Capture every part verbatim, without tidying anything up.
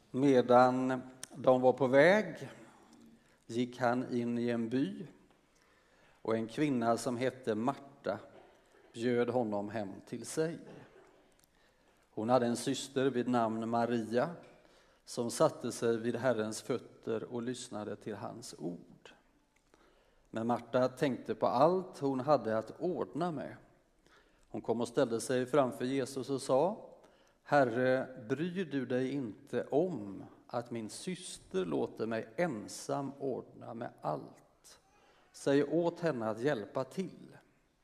Medan de var på väg gick han in i en by, och en kvinna som hette Marta bjöd honom hem till sig. Hon hade en syster vid namn Maria som satte sig vid Herrens fötter och lyssnade till hans ord. Men Marta tänkte på allt hon hade att ordna med. Hon kom och ställde sig framför Jesus och sa: Herre, bryr du dig inte om att min syster låter mig ensam ordna med allt? Säg åt henne att hjälpa till.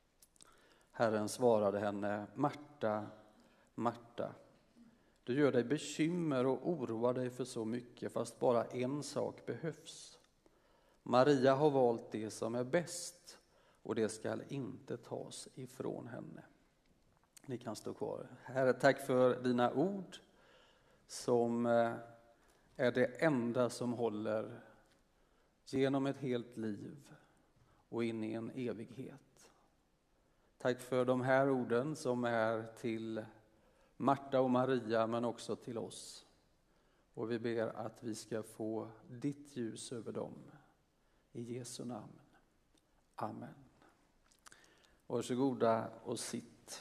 Herren svarade henne: Marta, Marta, du gör dig bekymmer och oroar dig för så mycket, fast bara en sak behövs. Maria har valt det som är bäst, och det ska inte tas ifrån henne. Ni kan stå kvar. Herre, tack för dina ord som är det enda som håller genom ett helt liv och in i en evighet. Tack för de här orden som är till Marta och Maria, men också till oss. Och vi ber att vi ska få ditt ljus över dem. I Jesu namn. Amen. Varsågoda och sitt.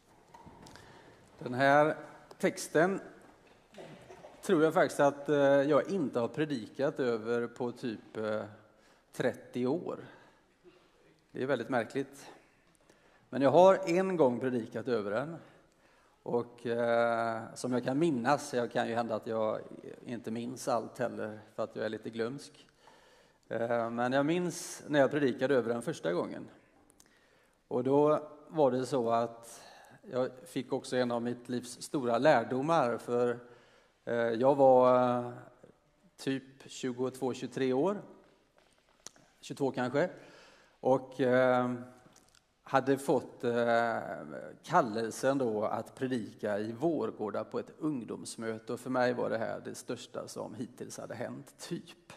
Den här texten tror jag faktiskt att jag inte har predikat över på typ trettio år. Det är väldigt märkligt. Men jag har en gång predikat över den. Och eh, som jag kan minnas, jag kan ju hända att jag inte minns allt heller för att jag är lite glömsk. Eh, men jag minns när jag predikade över den första gången. Och då var det så att jag fick också en av mitt livs stora lärdomar. För eh, jag var eh, typ tjugotvå tjugotre år. tjugotvå kanske. Och eh, hade fått eh, kallelsen då att predika i Vårgårda på ett ungdomsmöte. Och för mig var det här det största som hittills hade hänt, typ.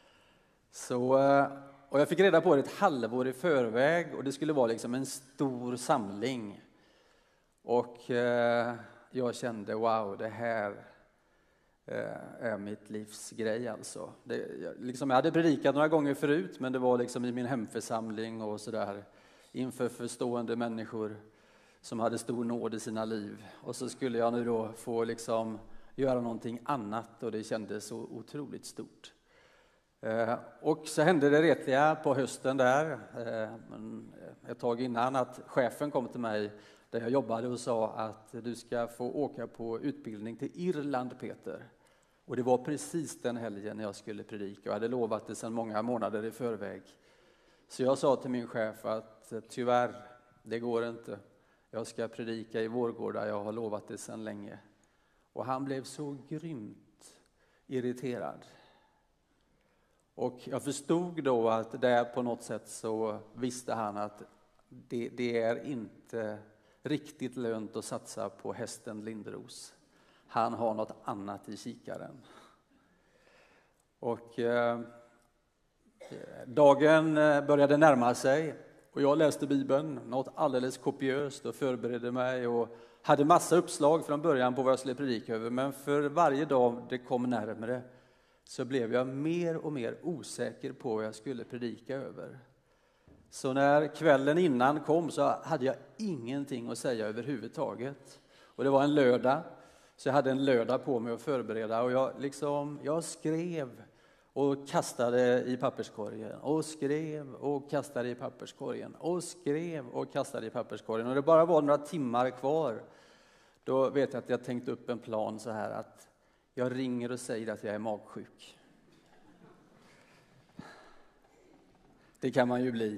Så, eh, och jag fick reda på det ett halvår i förväg, och det skulle vara liksom en stor samling. Och eh, jag kände, wow, det här eh, är mitt livs grej alltså. Det, jag, liksom, jag hade predikat några gånger förut, men det var liksom i min hemförsamling och sådär. Inför förstående människor som hade stor nåd i sina liv. Och så skulle jag nu då få liksom göra någonting annat, och det kändes så otroligt stort. Eh, och så hände det retliga på hösten där, eh, ett tag innan, att chefen kom till mig där jag jobbade och sa att du ska få åka på utbildning till Irland, Peter. Och det var precis den helgen jag skulle predika. Jag hade lovat det sedan många månader i förväg. Så jag sa till min chef att tyvärr, det går inte. Jag ska predika i Vårgårda, jag har lovat det sedan länge. Och han blev så grymt irriterad. Och jag förstod då att där på något sätt så visste han att det, det är inte riktigt lönt att satsa på hästen Linderos. Han har något annat i kikaren. Och eh, dagen började närma sig, och jag läste Bibeln något alldeles kopiöst och förberedde mig och hade massa uppslag från början på vad jag skulle predika över. Men för varje dag det kom närmare så blev jag mer och mer osäker på vad jag skulle predika över. Så när kvällen innan kom så hade jag ingenting att säga överhuvudtaget. Och det var en lördag, så jag hade en lördag på mig att förbereda. Och jag, liksom, jag skrev och kastade i papperskorgen. Och skrev och kastade i papperskorgen. Och skrev och kastade i papperskorgen. Och det bara var några timmar kvar. Då vet jag att jag tänkte upp en plan så här att jag ringer och säger att jag är magsjuk. Det kan man ju bli.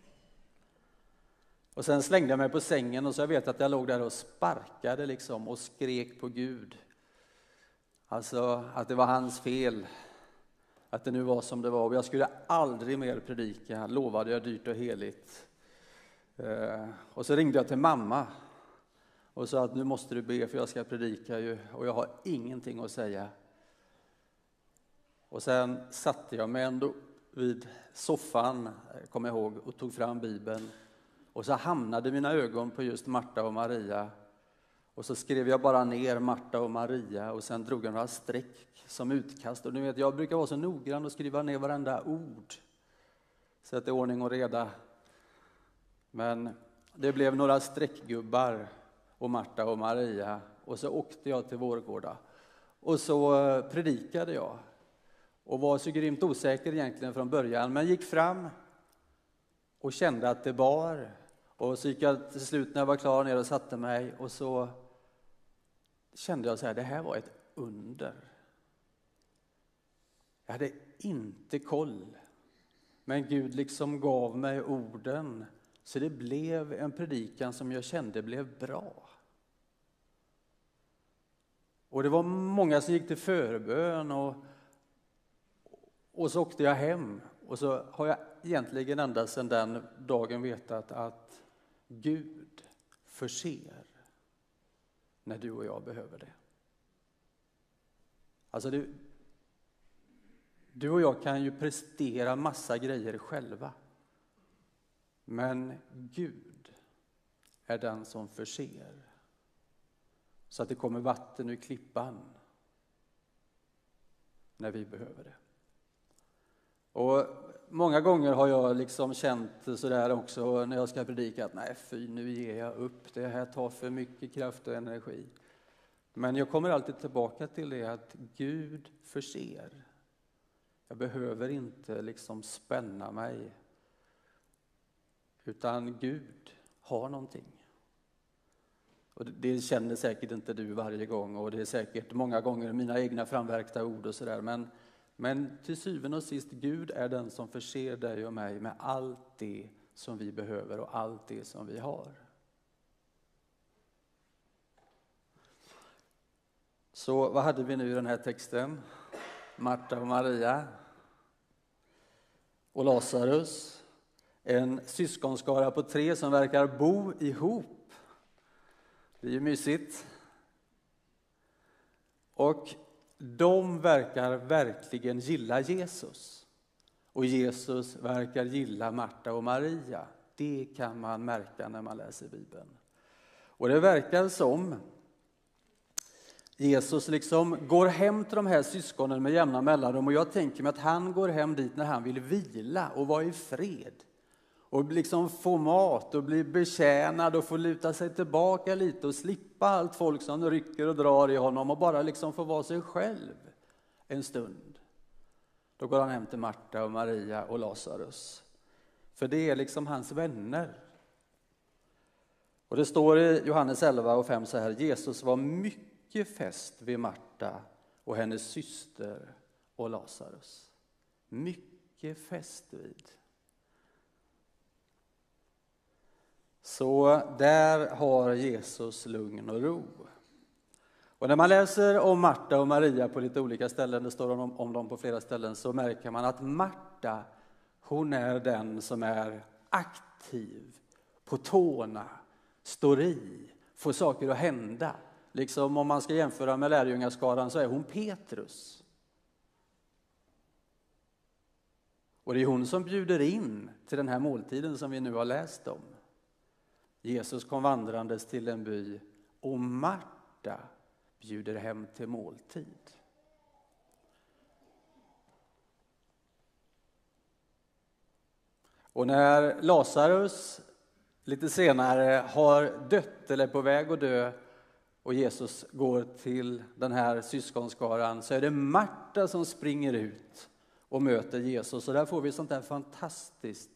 Och sen slängde jag mig på sängen, och så jag vet att jag låg där och sparkade liksom och skrek på Gud. Alltså att det var hans fel. Att det nu var som det var. Och jag skulle aldrig mer predika, lovade jag dyrt och heligt. Och så ringde jag till mamma och sa att nu måste du be, för jag ska predika ju, och jag har ingenting att säga. Och sen satte jag mig ändå vid soffan, kom jag ihåg, och tog fram Bibeln. Och så hamnade mina ögon på just Marta och Maria. Och så skrev jag bara ner Marta och Maria och sen drog jag några streck som utkast. Och ni vet, jag brukar vara så noggrann och skriva ner varenda ord. Så att det är ordning och reda. Men det blev några streckgubbar och Marta och Maria. Och så åkte jag till Vårgårda. Och så predikade jag. Och var så grymt osäker egentligen från början. Men gick fram och kände att det bar. Och så gick jag till slut när jag var klar ner och satte mig. Och så kände jag så här, det här var ett under. Jag hade inte koll. Men Gud liksom gav mig orden. Så det blev en predikan som jag kände blev bra. Och det var många som gick till förbön. Och, och så åkte jag hem. Och så har jag egentligen ända sedan den dagen vetat att Gud förser när du och jag behöver det. Alltså det, du och jag kan ju prestera massa grejer själva. Men Gud är den som förser. Så att det kommer vatten ur klippan när vi behöver det. Och många gånger har jag liksom känt sådär också när jag ska predika att nej fy, nu ger jag upp. Det här tar för mycket kraft och energi. Men jag kommer alltid tillbaka till det att Gud förser. Jag behöver inte liksom spänna mig. Utan Gud har någonting. Och det känner säkert inte du varje gång. Och det är säkert många gånger mina egna framverkta ord och sådär. Men, men till syvende och sist, Gud är den som förser dig och mig med allt det som vi behöver och allt det som vi har. Så vad hade vi nu i den här texten? Marta och Maria och Lazarus. En syskonskara på tre som verkar bo ihop. Det är ju mysigt. Och de verkar verkligen gilla Jesus. Och Jesus verkar gilla Marta och Maria. Det kan man märka när man läser Bibeln. Och det verkar som Jesus liksom går hem till de här syskonen med jämna mellanrum. Och jag tänker mig att han går hem dit när han vill vila och vara i fred. Och liksom få mat och bli betjänad och få luta sig tillbaka lite och slippa allt folk som rycker och drar i honom och bara liksom få vara sig själv en stund. Då går han hem till Marta och Maria och Lazarus. För det är liksom hans vänner. Och det står i Johannes elva och fem så här: Jesus var mycket fäst vid Marta och hennes syster och Lazarus. Mycket fäst vid. Så där har Jesus lugn och ro. Och när man läser om Marta och Maria på lite olika ställen, det står om, om dem på flera ställen, så märker man att Marta, hon är den som är aktiv, på tårna, står i, får saker att hända. Liksom om man ska jämföra med lärjungaskaran så är hon Petrus. Och det är hon som bjuder in till den här måltiden som vi nu har läst om. Jesus kom vandrandes till en by och Marta bjuder hem till måltid. Och när Lazarus lite senare har dött eller är på väg att dö och Jesus går till den här syskonskaran, så är det Marta som springer ut och möter Jesus. Och där får vi sånt där fantastiskt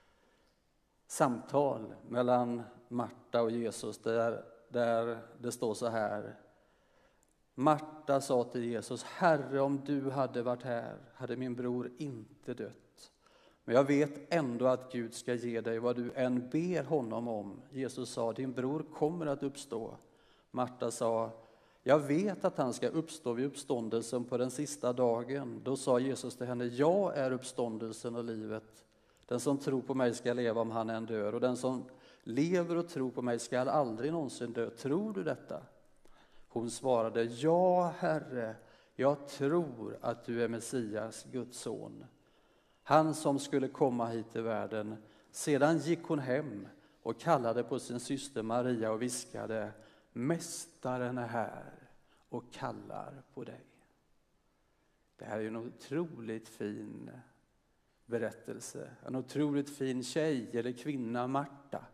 samtal mellan Marta och Jesus där, där det står så här: Marta sa till Jesus: Herre, om du hade varit här hade min bror inte dött. Men jag vet ändå att Gud ska ge dig vad du än ber honom om. Jesus sa: din bror kommer att uppstå. Marta sa: jag vet att han ska uppstå vid uppståndelsen på den sista dagen. Då sa Jesus till henne: jag är uppståndelsen och livet. Den som tror på mig ska leva om han än dör. Och den som lever och tror på mig ska aldrig någonsin dö. Tror du detta? Hon svarade: ja, Herre, jag tror att du är Messias, Guds son. Han som skulle komma hit till världen. Sedan gick hon hem och kallade på sin syster Maria och viskade: mästaren är här och kallar på dig. Det här är ju en otroligt fin berättelse. En otroligt fin tjej eller kvinna, Marta.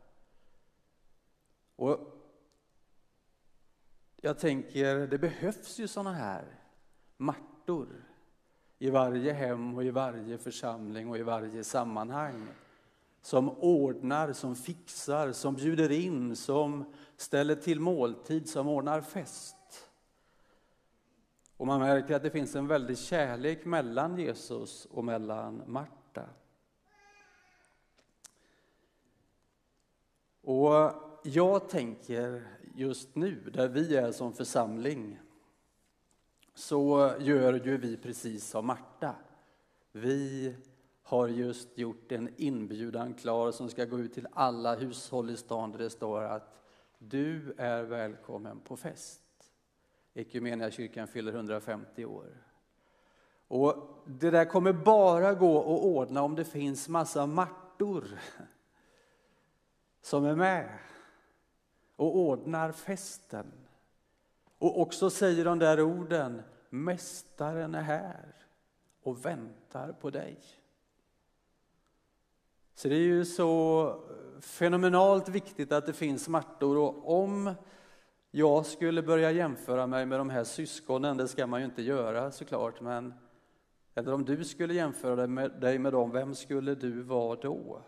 Och jag tänker, det behövs ju såna här Martor i varje hem och i varje församling och i varje sammanhang. Som ordnar, som fixar, som bjuder in, som ställer till måltid, som ordnar fest. Och man märker att det finns en väldig kärlek mellan Jesus och mellan Marta. Och jag tänker just nu, där vi är som församling, så gör ju vi precis som Marta. Vi har just gjort en inbjudan klar som ska gå ut till alla hushåll i stan där det står att du är välkommen på fest. Equmeniakyrkan fyller hundrafemtio år. Och det där kommer bara gå att ordna om det finns massa Martor som är med och ordnar festen. Och också säger de där orden, mästaren är här och väntar på dig. Så det är ju så fenomenalt viktigt att det finns Martor. Och om jag skulle börja jämföra mig med de här syskonen, det ska man ju inte göra såklart, men eller om du skulle jämföra dig med, dig med dem, vem skulle du vara då?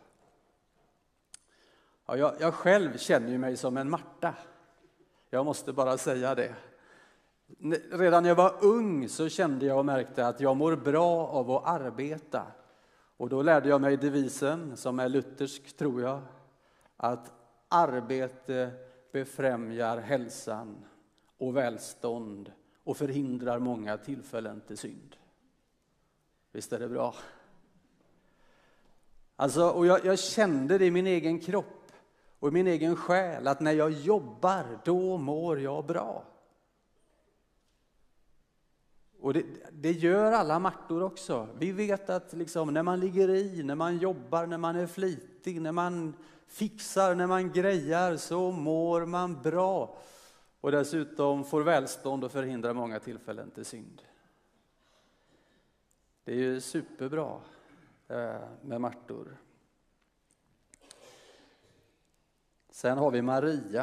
Ja, jag, jag själv känner ju mig som en Marta. Jag måste bara säga det. Redan när jag var ung så kände jag och märkte att jag mår bra av att arbeta. Och då lärde jag mig devisen, som är luthersk tror jag, att arbete befrämjar hälsan och välstånd och förhindrar många tillfällen till synd. Visst är det bra? Alltså, och jag, jag kände det i min egen kropp och i min egen själ att när jag jobbar, då mår jag bra. Och det, det gör alla Martor också. Vi vet att liksom, när man ligger i, när man jobbar, när man är flitig, när man fixar, när man grejar, så mår man bra. Och dessutom får välstånd och förhindrar många tillfällen till synd. Det är ju superbra med Martor. Sen har vi Maria.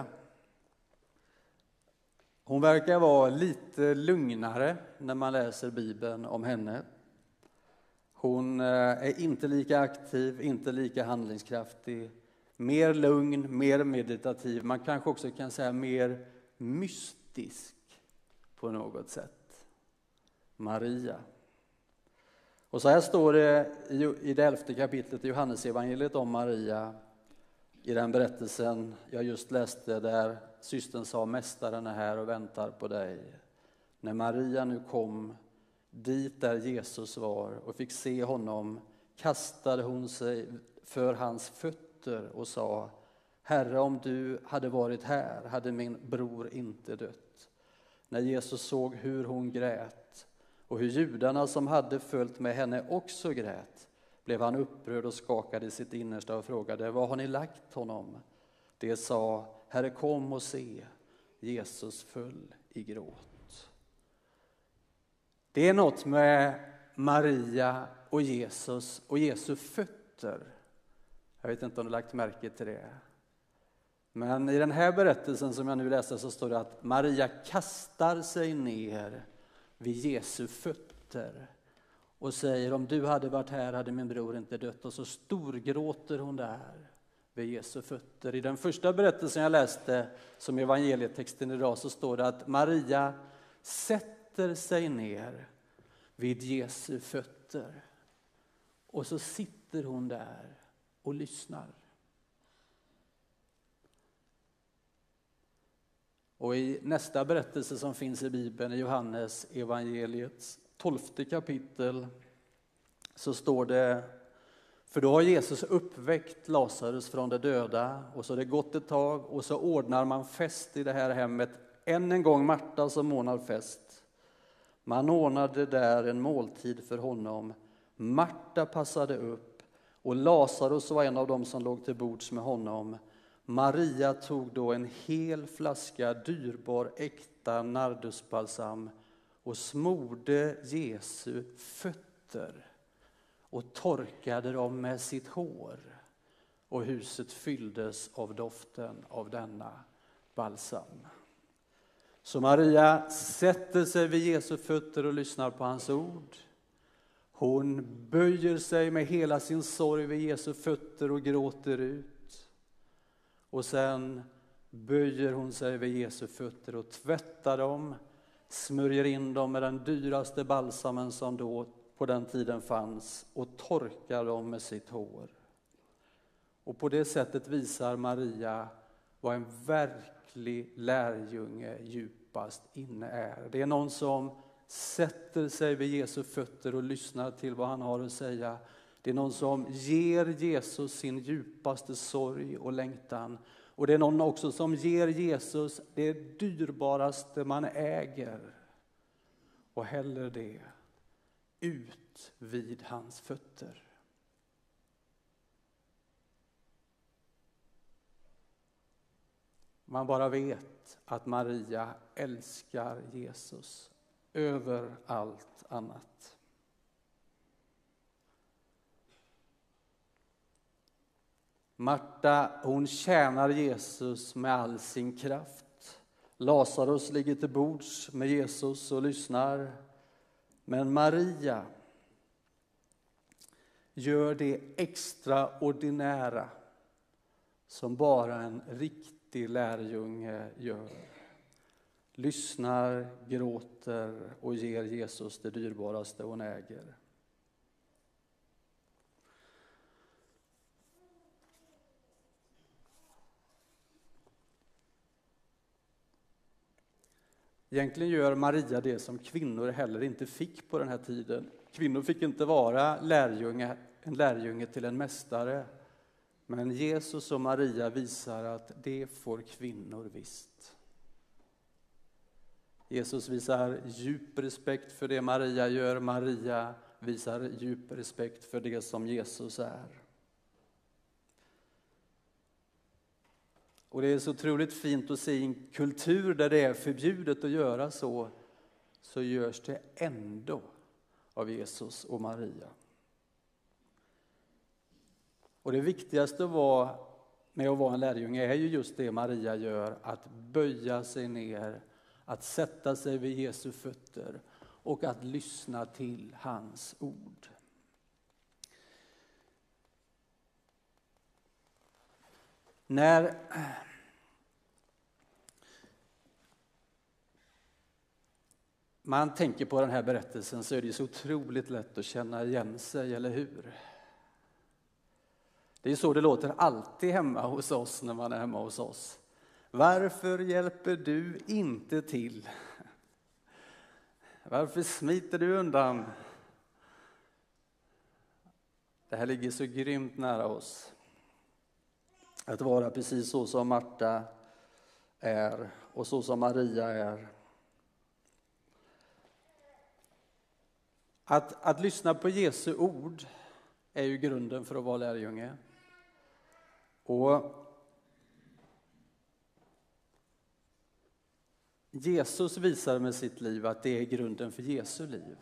Hon verkar vara lite lugnare när man läser Bibeln om henne. Hon är inte lika aktiv, inte lika handlingskraftig. Mer lugn, mer meditativ. Man kanske också kan säga mer mystisk på något sätt. Maria. Och så här står det i det elfte kapitlet i Johannesevangeliet om Maria. I den berättelsen jag just läste där systern sa, mästaren är här och väntar på dig. När Maria nu kom dit där Jesus var och fick se honom, kastade hon sig för hans fötter och sa, Herre, om du hade varit här hade min bror inte dött. När Jesus såg hur hon grät och hur judarna som hade följt med henne också grät, blev han upprörd och skakade sitt innersta och frågade, var har ni lagt honom? Det sa, Herre, kom och se. Jesus föll i gråt. Det är något med Maria och Jesus och Jesu fötter. Jag vet inte om du lagt märke till det. Men i den här berättelsen som jag nu läste så står det att Maria kastar sig ner vid Jesu fötter och säger, om du hade varit här hade min bror inte dött. Och så storgråter hon där vid Jesu fötter. I den första berättelsen jag läste som evangelietexten idag så står det att Maria sätter sig ner vid Jesu fötter. Och så sitter hon där och lyssnar. Och i nästa berättelse som finns i Bibeln, i Johannes evangeliets tolfte kapitel, så står det, för då har Jesus uppväckt Lazarus från de döda och så har det gått ett tag och så ordnar man fest i det här hemmet. Än en gång Marta som ordnar fest. Man ordnade där en måltid för honom. Marta passade upp och Lazarus var en av dem som låg till bords med honom. Maria tog då en hel flaska dyrbar äkta nardusbalsam och smorde Jesu fötter och torkade dem med sitt hår. Och huset fylldes av doften av denna balsam. Så Maria sätter sig vid Jesu fötter och lyssnar på hans ord. Hon böjer sig med hela sin sorg vid Jesu fötter och gråter ut. Och sen böjer hon sig vid Jesu fötter och tvättar dem, smörjer in dem med den dyraste balsamen som då på den tiden fanns och torkar dem med sitt hår. Och på det sättet visar Maria vad en verklig lärjunge djupast inne är. Det är någon som sätter sig vid Jesu fötter och lyssnar till vad han har att säga. Det är någon som ger Jesus sin djupaste sorg och längtan. Och det är någon också som ger Jesus det dyrbaraste man äger och häller det ut vid hans fötter. Man bara vet att Maria älskar Jesus över allt annat. Marta, hon tjänar Jesus med all sin kraft. Lazarus ligger till bords med Jesus och lyssnar. Men Maria gör det extraordinära som bara en riktig lärjunge gör. Lyssnar, gråter och ger Jesus det dyrbaraste hon äger. Egentligen gör Maria det som kvinnor heller inte fick på den här tiden. Kvinnor fick inte vara lärjunge, en lärjunge till en mästare. Men Jesus och Maria visar att det får kvinnor visst. Jesus visar djup respekt för det Maria gör. Maria visar djup respekt för det som Jesus är. Och det är så otroligt fint att se i en kultur där det är förbjudet att göra så, så görs det ändå av Jesus och Maria. Och det viktigaste var, med att vara en lärjunge är ju just det Maria gör, att böja sig ner, att sätta sig vid Jesu fötter och att lyssna till hans ord. När man tänker på den här berättelsen så är det så otroligt lätt att känna igen sig, eller hur? Det är så det låter alltid hemma hos oss när man är hemma hos oss. Varför hjälper du inte till? Varför smiter du undan? Det här ligger så grymt nära oss. Att vara precis så som Marta är och så som Maria är. Att, att lyssna på Jesu ord är ju grunden för att vara lärjunge. Och Jesus visar med sitt liv att det är grunden för Jesu liv.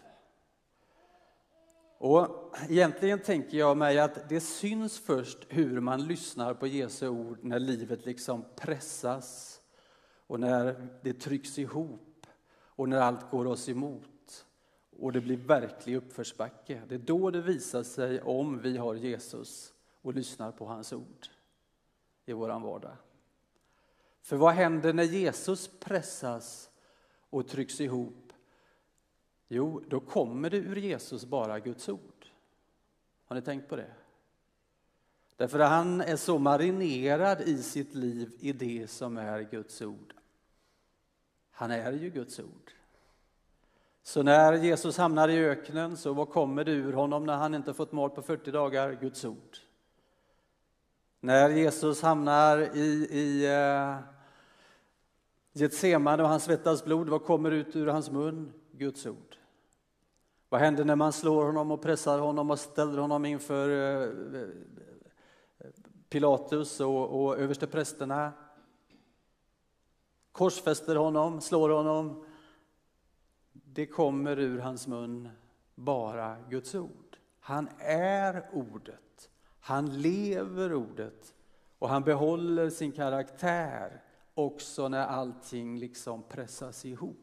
Och egentligen tänker jag mig att det syns först hur man lyssnar på Jesu ord när livet liksom pressas och när det trycks ihop och när allt går oss emot och det blir verklig uppförsbacke. Det är då det visar sig om vi har Jesus och lyssnar på hans ord i våran vardag. För vad händer när Jesus pressas och trycks ihop? Jo, då kommer det ur Jesus bara Guds ord. Har ni tänkt på det? Därför att han är så marinerad i sitt liv i det som är Guds ord. Han är ju Guds ord. Så när Jesus hamnar i öknen, så vad kommer det ur honom när han inte fått mat på fyrtio dagar? Guds ord. När Jesus hamnar i, i uh, Getsemane och han svettas blod, vad kommer ut ur hans mun? Guds ord. Vad händer när man slår honom och pressar honom och ställer honom inför uh, Pilatus och, och översteprästerna korsfäster honom, slår honom. Det kommer ur hans mun bara Guds ord. Han är ordet. Han lever ordet. Och han behåller sin karaktär också när allting liksom pressas ihop.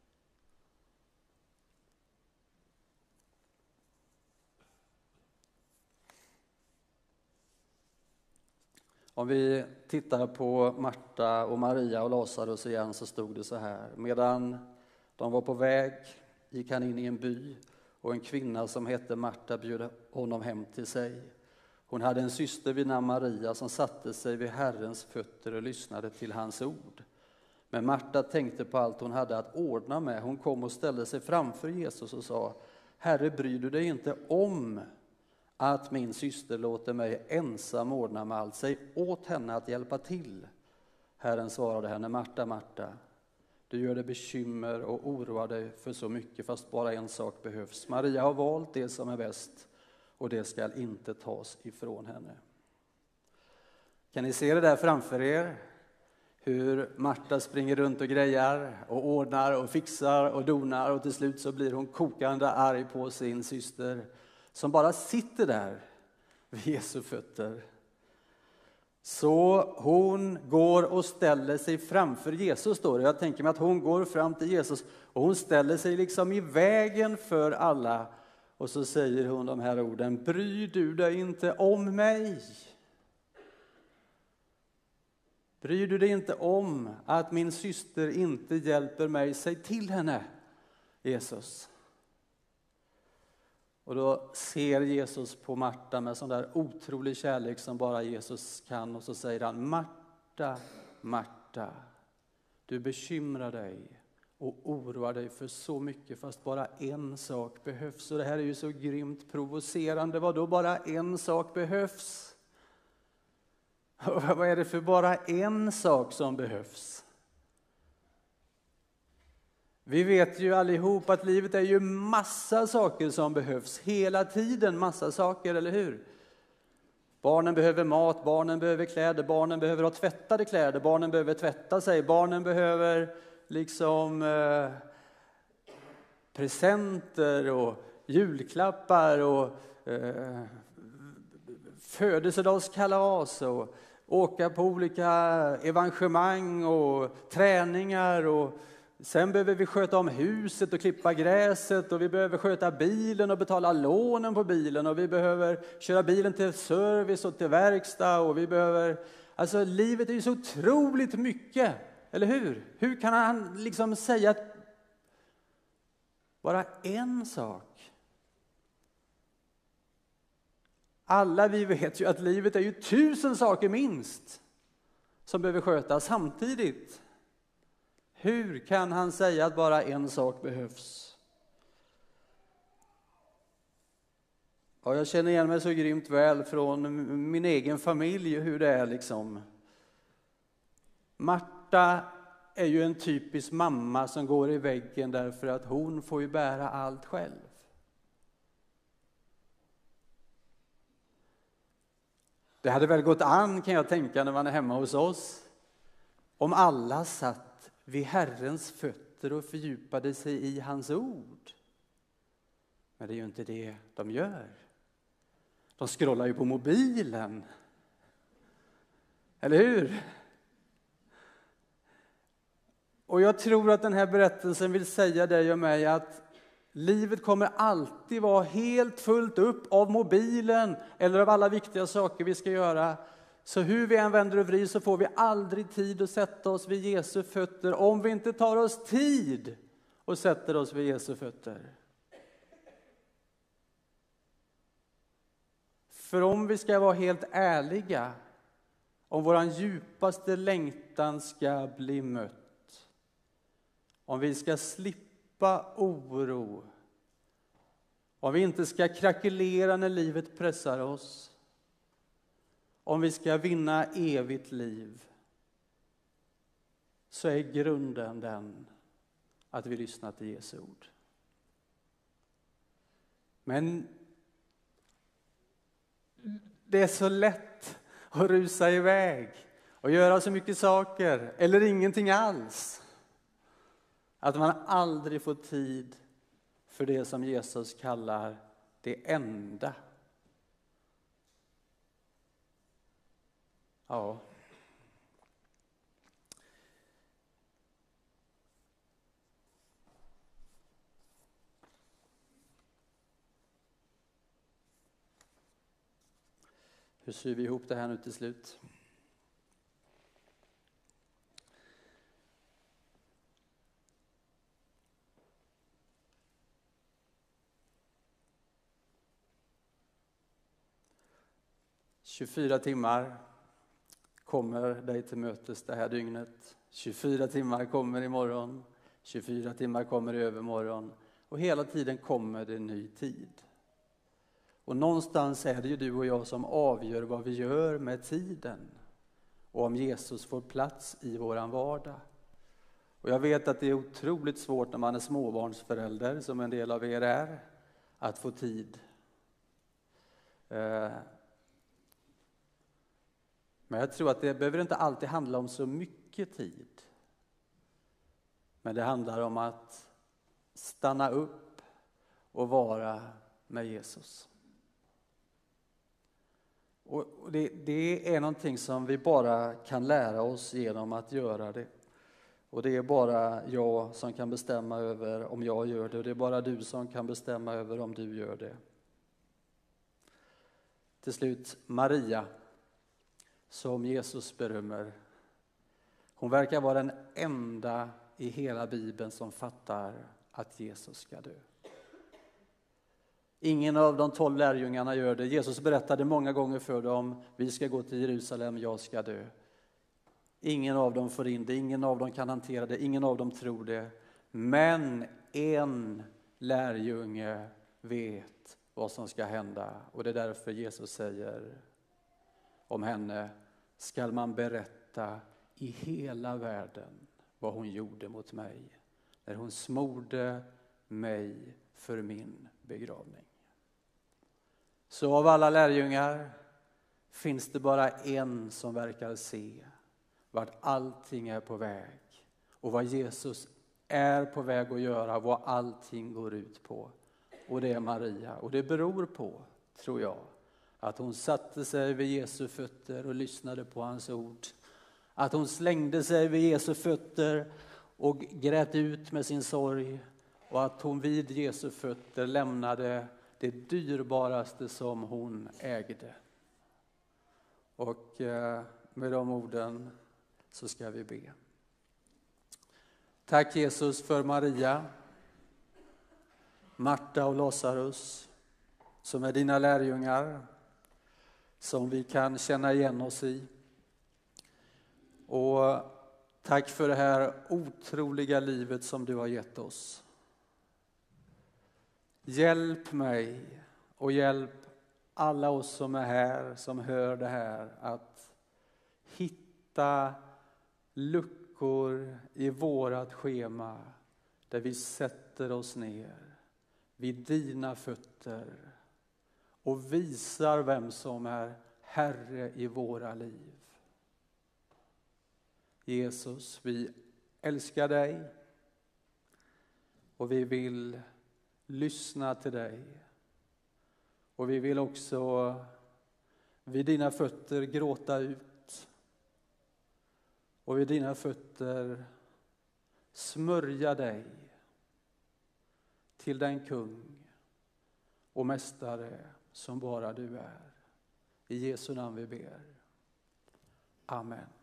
Om vi tittar på Marta och Maria och Lazarus igen så stod det så här. Medan de var på väg gick han in i en by och en kvinna som hette Marta bjöd honom hem till sig. Hon hade en syster vid namn Maria som satte sig vid Herrens fötter och lyssnade till hans ord. Men Marta tänkte på allt hon hade att ordna med. Hon kom och ställde sig framför Jesus och sa: Herre, bryr du dig inte om att min syster låter mig ensam ordna med allt? Säg åt henne att hjälpa till. Herren svarade henne: Marta, Marta, du gör dig bekymmer och oroar dig för så mycket, fast bara en sak behövs. Maria har valt det som är bäst, och det ska inte tas ifrån henne. Kan ni se det där framför er? Hur Marta springer runt och grejar och ordnar och fixar och donar, och till slut så blir hon kokande arg på sin syster som bara sitter där vid Jesu fötter. Så hon går och ställer sig framför Jesus, står det. Jag tänker mig att hon går fram till Jesus och hon ställer sig liksom i vägen för alla. Och så säger hon de här orden: bryr du dig inte om mig? Bryr du dig inte om att min syster inte hjälper mig? Säg till henne, Jesus. Och då ser Jesus på Marta med sån där otrolig kärlek som bara Jesus kan. Och så säger han: Marta, Marta, du bekymrar dig och oroar dig för så mycket, fast bara en sak behövs. Och det här är ju så grymt provocerande. Vad då bara en sak behövs? Vad är det för bara en sak som behövs? Vi vet ju allihop att livet är ju massa saker som behövs. Hela tiden massa saker, eller hur? Barnen behöver mat, barnen behöver kläder, barnen behöver ha tvättade kläder, barnen behöver tvätta sig, barnen behöver liksom eh, presenter och julklappar och eh, födelsedagskalas och åka på olika evenemang och träningar, och sen behöver vi sköta om huset och klippa gräset, och vi behöver sköta bilen och betala lånen på bilen, och vi behöver köra bilen till service och till verkstad, och vi behöver... Alltså livet är ju så otroligt mycket, eller hur? Hur kan han liksom säga att bara en sak? Alla vi vet ju att livet är ju tusen saker minst som behöver skötas samtidigt. Hur kan han säga att bara en sak behövs? Ja, jag känner igen mig så grymt väl från min egen familj hur det är liksom. Marta är ju en typisk mamma som går i väggen därför att hon får ju bära allt själv. Det hade väl gått an, kan jag tänka, när man är hemma hos oss, om alla satt vid Herrens fötter och fördjupade sig i hans ord. Men det är ju inte det de gör. De scrollar ju på mobilen. Eller hur? Och jag tror att den här berättelsen vill säga dig och mig att livet kommer alltid vara helt fullt upp av mobilen eller av alla viktiga saker vi ska göra. Så hur vi än vänder och vrider så får vi aldrig tid att sätta oss vid Jesu fötter om vi inte tar oss tid och sätter oss vid Jesu fötter. För om vi ska vara helt ärliga, om våran djupaste längtan ska bli mött, om vi ska slippa oro, om vi inte ska krackelera när livet pressar oss, om vi ska vinna evigt liv, så är grunden den att vi lyssnar till Jesu ord. Men det är så lätt och rusa iväg och göra så mycket saker eller ingenting alls. Att man aldrig får tid för det som Jesus kallar det enda. Ja. Hur syr vi ihop det här nu till slut? tjugofyra timmar kommer dig till mötes det här dygnet. tjugofyra timmar kommer imorgon. tjugofyra timmar kommer i övermorgon. Och hela tiden kommer det en ny tid. Och någonstans är det ju du och jag som avgör vad vi gör med tiden. Och om Jesus får plats i våran vardag. Och jag vet att det är otroligt svårt när man är småbarnsförälder, som en del av er är, att få tid. Men jag tror att det behöver inte alltid handla om så mycket tid. Men det handlar om att stanna upp och vara med Jesus. Och det, det är någonting som vi bara kan lära oss genom att göra det. Och det är bara jag som kan bestämma över om jag gör det. Och det är bara du som kan bestämma över om du gör det. Till slut, Maria, som Jesus berömmer. Hon verkar vara den enda i hela Bibeln som fattar att Jesus ska dö. Ingen av de tolv lärjungarna gör det. Jesus berättade många gånger för dem, vi ska gå till Jerusalem, jag ska dö. Ingen av dem får in det, ingen av dem kan hantera det, ingen av dem tror det. Men en lärjunge vet vad som ska hända. Och det är därför Jesus säger om henne, skall man berätta i hela världen vad hon gjorde mot mig. När hon smorde mig för min begravning. Så av alla lärjungar finns det bara en som verkar se vart allting är på väg. Och vad Jesus är på väg att göra, vad allting går ut på. Och det är Maria. Och det beror på, tror jag, att hon satte sig vid Jesu fötter och lyssnade på hans ord. Att hon slängde sig vid Jesu fötter och grät ut med sin sorg. Och att hon vid Jesu fötter lämnade det dyrbaraste som hon ägde. Och med de orden så ska vi be. Tack Jesus för Maria, Marta och Lazarus, som är dina lärjungar, som vi kan känna igen oss i. Och tack för det här otroliga livet som du har gett oss. Hjälp mig och hjälp alla oss som är här, som hör det här, att hitta luckor i vårat schema där vi sätter oss ner vid dina fötter och visar vem som är Herre i våra liv. Jesus, vi älskar dig och vi vill lyssna till dig. Och vi vill också vid dina fötter gråta ut. Och vid dina fötter smörja dig till den kung och mästare som bara du är. I Jesu namn vi ber. Amen.